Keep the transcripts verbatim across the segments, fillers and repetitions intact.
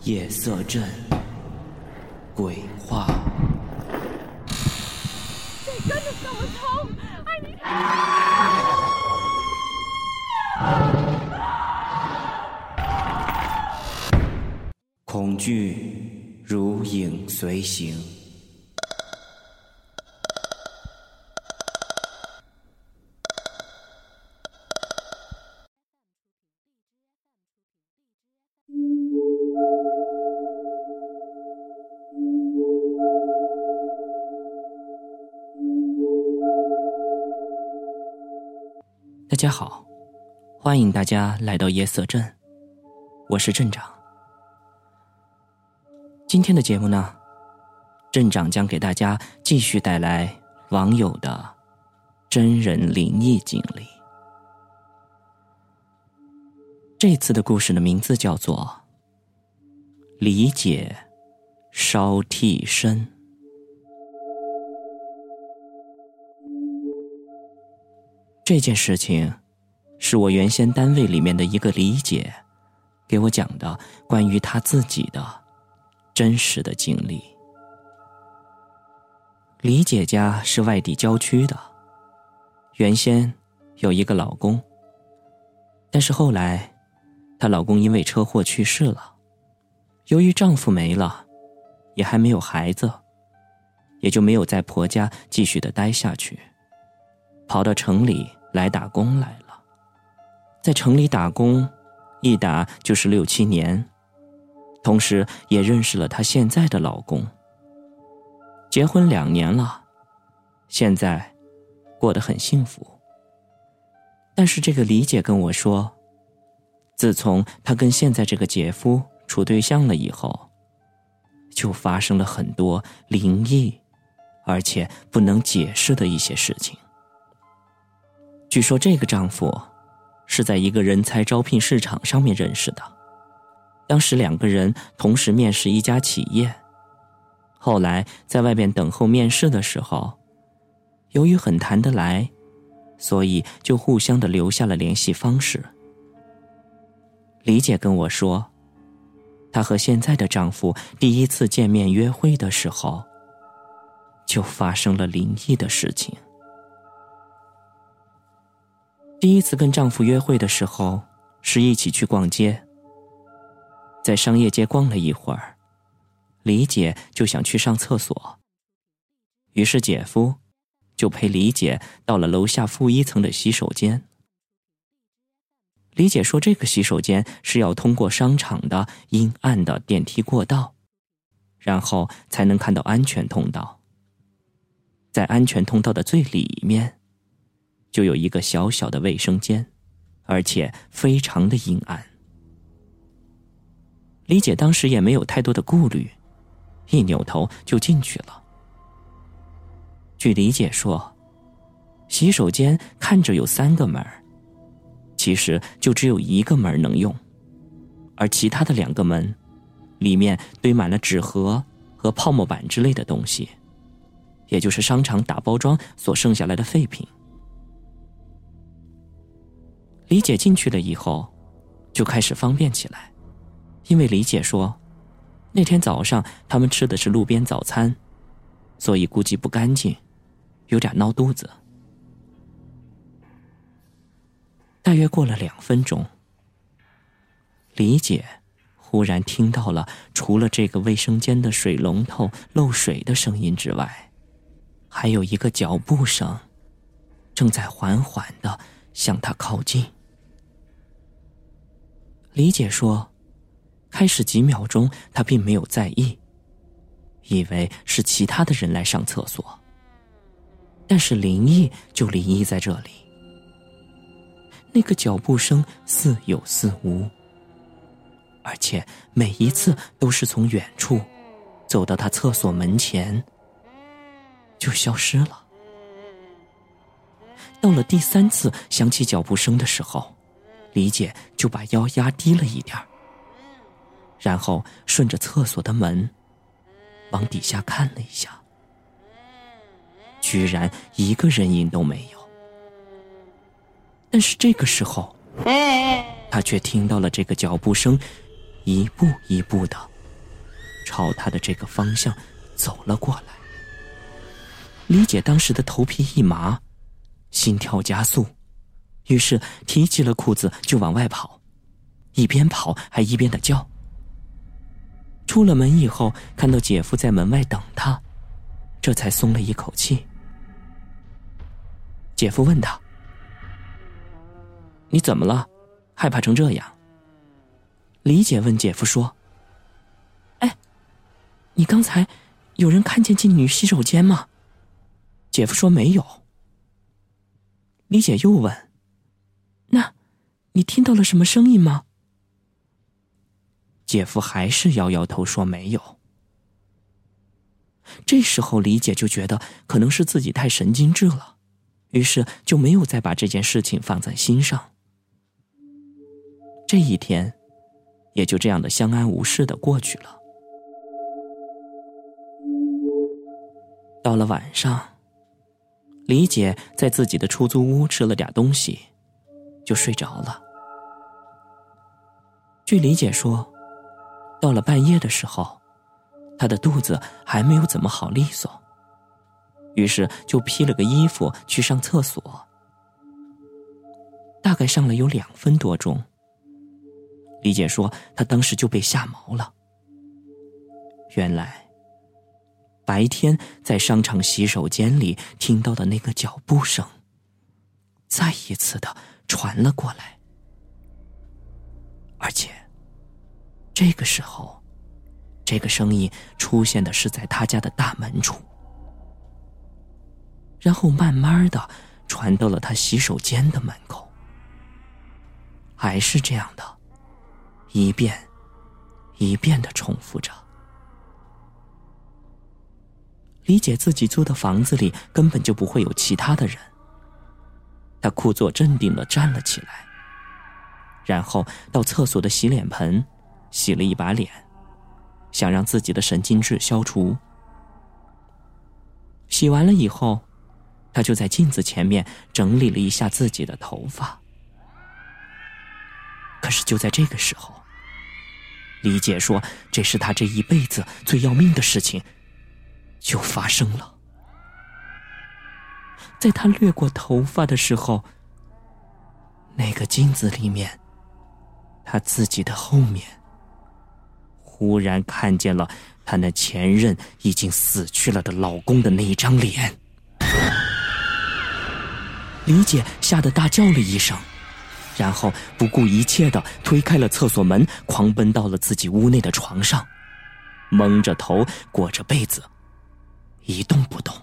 夜色镇鬼话。 谁跟着小偷？哎你！ 恐惧如影随形。大家好，欢迎大家来到夜色镇，我是镇长。今天的节目呢，镇长将给大家继续带来网友的真人灵异经历。这次的故事的名字叫做理解烧替身。这件事情是我原先单位里面的一个理解给我讲的关于他自己的真实的经历。理解家是外地郊区的，原先有一个老公，但是后来她老公因为车祸去世了，由于丈夫没了，也还没有孩子，也就没有在婆家继续的待下去，跑到城里来打工来了。在城里打工一打就是六七年，同时也认识了她现在的老公，结婚两年了，现在过得很幸福。但是这个理解跟我说，自从她跟现在这个姐夫处对象了以后，就发生了很多灵异而且不能解释的一些事情。据说这个丈夫是在一个人才招聘市场上面认识的，当时两个人同时面试一家企业，后来在外边等候面试的时候，由于很谈得来，所以就互相的留下了联系方式。理解跟我说，她和现在的丈夫第一次见面约会的时候，就发生了灵异的事情。第一次跟丈夫约会的时候，是一起去逛街，在商业街逛了一会儿，李姐就想去上厕所，于是姐夫就陪李姐到了楼下负一层的洗手间。李姐说这个洗手间是要通过商场的阴暗的电梯过道，然后才能看到安全通道。在安全通道的最里面就有一个小小的卫生间，而且非常的阴暗。李姐当时也没有太多的顾虑，一扭头就进去了。据李姐说，洗手间看着有三个门，其实就只有一个门能用，而其他的两个门里面堆满了纸盒和泡沫板之类的东西，也就是商场打包装所剩下来的废品。李姐进去了以后就开始方便起来，因为李姐说那天早上他们吃的是路边早餐，所以估计不干净，有点闹肚子。大约过了两分钟，李姐忽然听到了除了这个卫生间的水龙头漏水的声音之外，还有一个脚步声正在缓缓地向她靠近。李姐说，开始几秒钟她并没有在意，以为是其他的人来上厕所，但是灵异就灵异在这里，那个脚步声似有似无，而且每一次都是从远处走到她厕所门前就消失了。到了第三次响起脚步声的时候，李姐就把腰压低了一点，然后顺着厕所的门往底下看了一下，居然一个人影都没有。但是这个时候，她却听到了这个脚步声一步一步的朝他的这个方向走了过来。李姐当时的头皮一麻，心跳加速，于是提起了裤子就往外跑，一边跑还一边的叫。出了门以后，看到姐夫在门外等他，这才松了一口气。姐夫问他：“你怎么了？害怕成这样？”李姐问姐夫说：“哎，你刚才有人看见进女洗手间吗？”姐夫说没有。李姐又问：“那你听到了什么声音吗？”姐夫还是摇摇头说没有。这时候李姐就觉得可能是自己太神经质了，于是就没有再把这件事情放在心上。这一天也就这样的相安无事的过去了。到了晚上，李姐在自己的出租屋吃了点东西，就睡着了。据李姐说，到了半夜的时候，她的肚子还没有怎么好利索，于是就披了个衣服去上厕所。大概上了有两分多钟，李姐说她当时就被吓毛了。原来白天在商场洗手间里听到的那个脚步声再一次的传了过来，而且这个时候这个声音出现的是在他家的大门处，然后慢慢的传到了他洗手间的门口，还是这样的一遍一遍的重复着。李姐自己租的房子里根本就不会有其他的人，她故作镇定地站了起来，然后到厕所的洗脸盆洗了一把脸，想让自己的神经质消除。洗完了以后，她就在镜子前面整理了一下自己的头发。可是就在这个时候，李姐说这是她这一辈子最要命的事情就发生了。在她掠过头发的时候，那个镜子里面，她自己的后面忽然看见了她那前任已经死去了的老公的那一张脸。李姐吓得大叫了一声，然后不顾一切地推开了厕所门，狂奔到了自己屋内的床上，蒙着头裹着被子一动不动。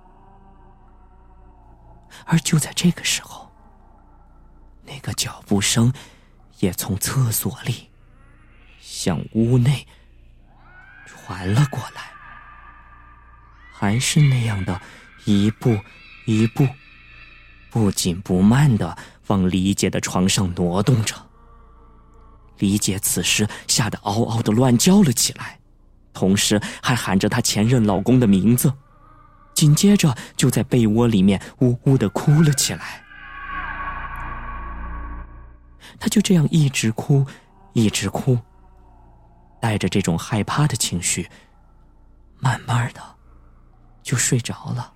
而就在这个时候，那个脚步声也从厕所里向屋内传了过来，还是那样的一步一步不紧不慢地往李姐的床上挪动着。李姐此时吓得嗷嗷地乱叫了起来，同时还喊着她前任老公的名字，紧接着就在被窝里面呜呜地哭了起来。她就这样一直哭一直哭，带着这种害怕的情绪，慢慢的就睡着了。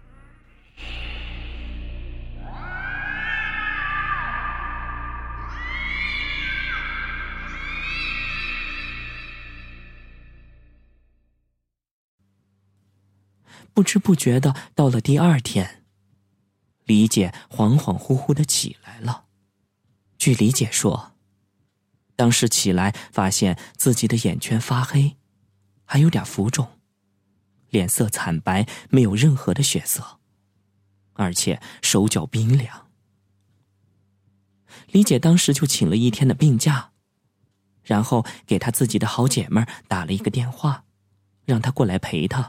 不知不觉的到了第二天，李姐恍恍惚惚的起来了。据李姐说，当时起来发现自己的眼圈发黑，还有点浮肿，脸色惨白，没有任何的血色，而且手脚冰凉。李姐当时就请了一天的病假，然后给她自己的好姐妹打了一个电话，让她过来陪她。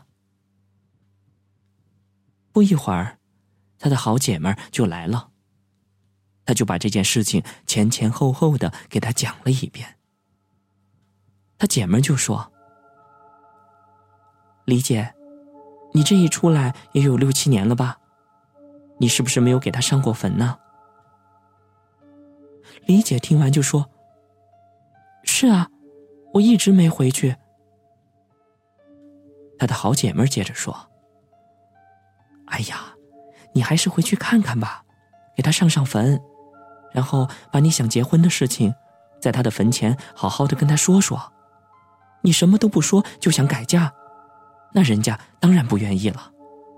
不一会儿，她的好姐妹就来了，她就把这件事情前前后后的给她讲了一遍。她姐妹就说：“李姐，你这一出来也有六七年了吧？你是不是没有给他上过坟呢？”李姐听完就说：“是啊，我一直没回去。 她的好姐妹接着说：“哎呀，你还是回去看看吧，给他上上坟，然后把你想结婚的事情在他的坟前好好的跟他说说。你什么都不说就想改嫁，那人家当然不愿意了。”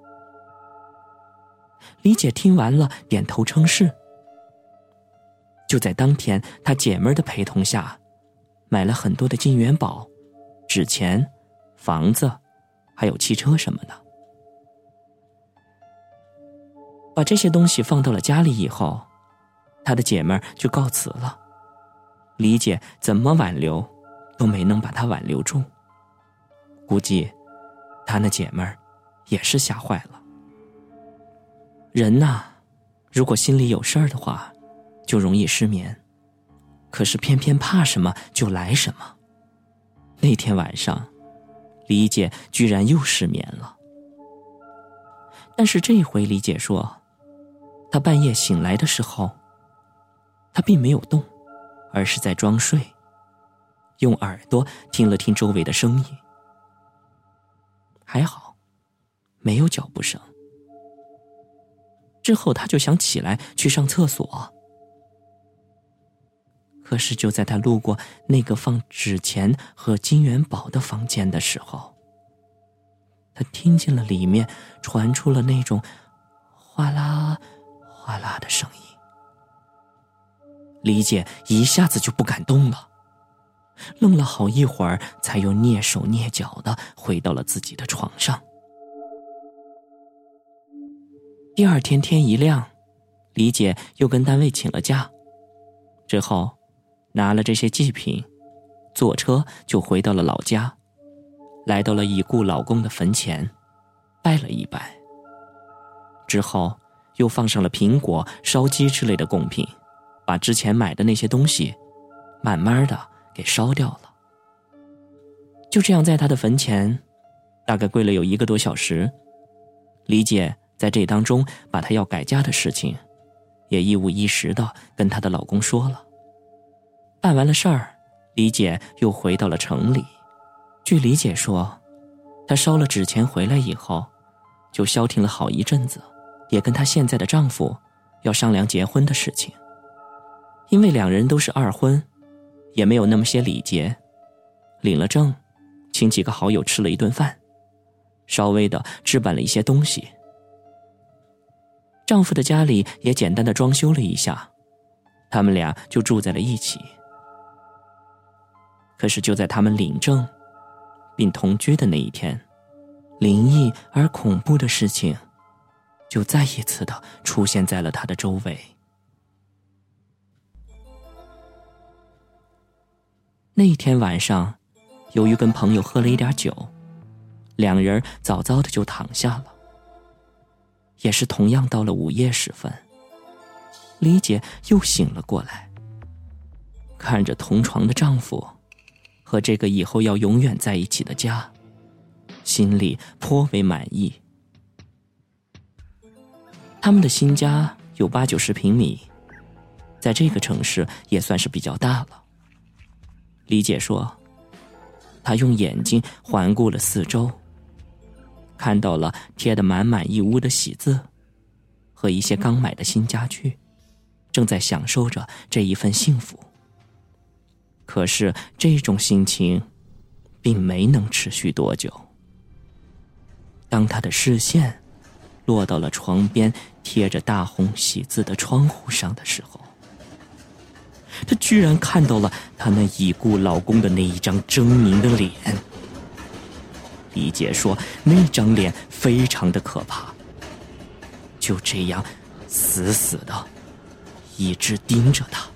李姐听完了，点头称是。就在当天，她姐妹的陪同下，买了很多的金元宝、纸钱、房子，还有汽车什么的。把这些东西放到了家里以后，她的姐妹就告辞了。李姐怎么挽留，都没能把她挽留住。估计她那姐妹也是吓坏了。人呐，如果心里有事儿的话，就容易失眠，可是偏偏怕什么就来什么。那天晚上，李姐居然又失眠了。但是这回李姐说，她半夜醒来的时候，她并没有动，而是在装睡，用耳朵听了听周围的声音。还好，没有脚步声。之后她就想起来去上厕所，可是就在她路过那个放纸钱和金元宝的房间的时候，她听见了里面传出了那种哗啦哗啦的声音。李姐一下子就不敢动了，愣了好一会儿，才又蹑手蹑脚地回到了自己的床上。第二天天一亮，李姐又跟单位请了假，之后拿了这些祭品，坐车就回到了老家，来到了已故老公的坟前，拜了一拜。之后又放上了苹果、烧鸡之类的贡品，把之前买的那些东西慢慢的给烧掉了。就这样在她的坟前大概跪了有一个多小时，李姐在这当中把她要改嫁的事情也一五一十的跟她的老公说了。办完了事儿，李姐又回到了城里。据李姐说，她烧了纸钱回来以后就消停了好一阵子，也跟她现在的丈夫要商量结婚的事情。因为两人都是二婚，也没有那么些礼节，领了证，请几个好友吃了一顿饭，稍微的置办了一些东西。丈夫的家里也简单的装修了一下，他们俩就住在了一起。可是就在他们领证并同居的那一天，灵异而恐怖的事情就再一次的出现在了他的周围。那一天晚上，由于跟朋友喝了一点酒，两人早早的就躺下了。也是同样到了午夜时分，李姐又醒了过来，看着同床的丈夫和这个以后要永远在一起的家，心里颇为满意。他们的新家有八九十平米，在这个城市也算是比较大了。李姐说，她用眼睛环顾了四周，看到了贴得满满一屋的喜字和一些刚买的新家具，正在享受着这一份幸福。可是这种心情并没能持续多久。当他的视线落到了床边贴着大红喜字的窗户上的时候，他居然看到了他那已故老公的那一张狰狞的脸。李姐说，那张脸非常的可怕，就这样死死的一直盯着他。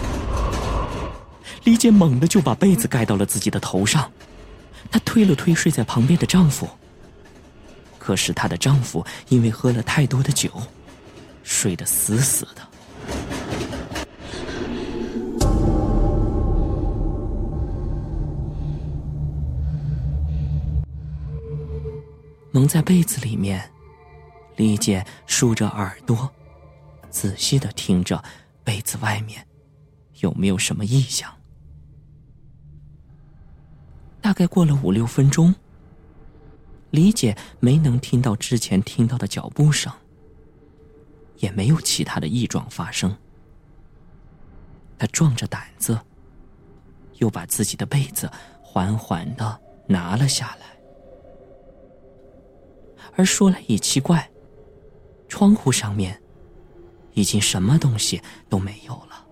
李姐猛地就把被子盖到了自己的头上，她推了推睡在旁边的丈夫，可是她的丈夫因为喝了太多的酒，睡得死死的。蒙在被子里面，李姐竖着耳朵，仔细地听着被子外面有没有什么异响。大概过了五六分钟， 李姐没能听到之前听到的脚步声，也没有其他的异状发生。她壮着胆子，又把自己的被子缓缓地拿了下来。而说来也奇怪，窗户上面已经什么东西都没有了。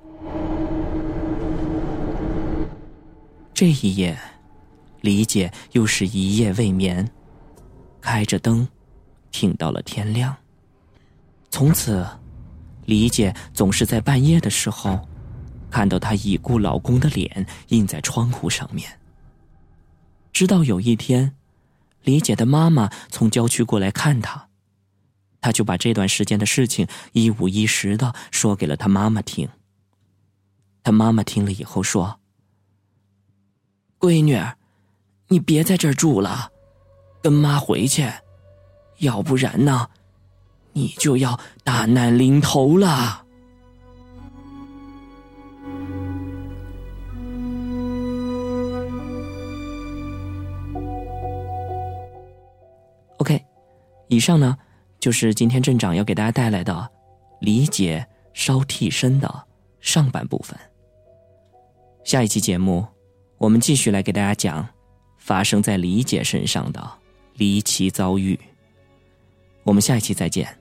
这一夜，李姐又是一夜未眠，开着灯挺到了天亮。从此，李姐总是在半夜的时候看到她已故老公的脸印在窗户上面。直到有一天，李姐的妈妈从郊区过来看她，她就把这段时间的事情一五一十地说给了她妈妈听。她妈妈听了以后说：“闺女儿，你别在这儿住了，跟妈回去，要不然呢，你就要大难临头了。” OK， 以上呢就是今天镇长要给大家带来的李姐烧替身的上半部分。下一期节目，我们继续来给大家讲发生在李姐身上的离奇遭遇。我们下一期再见。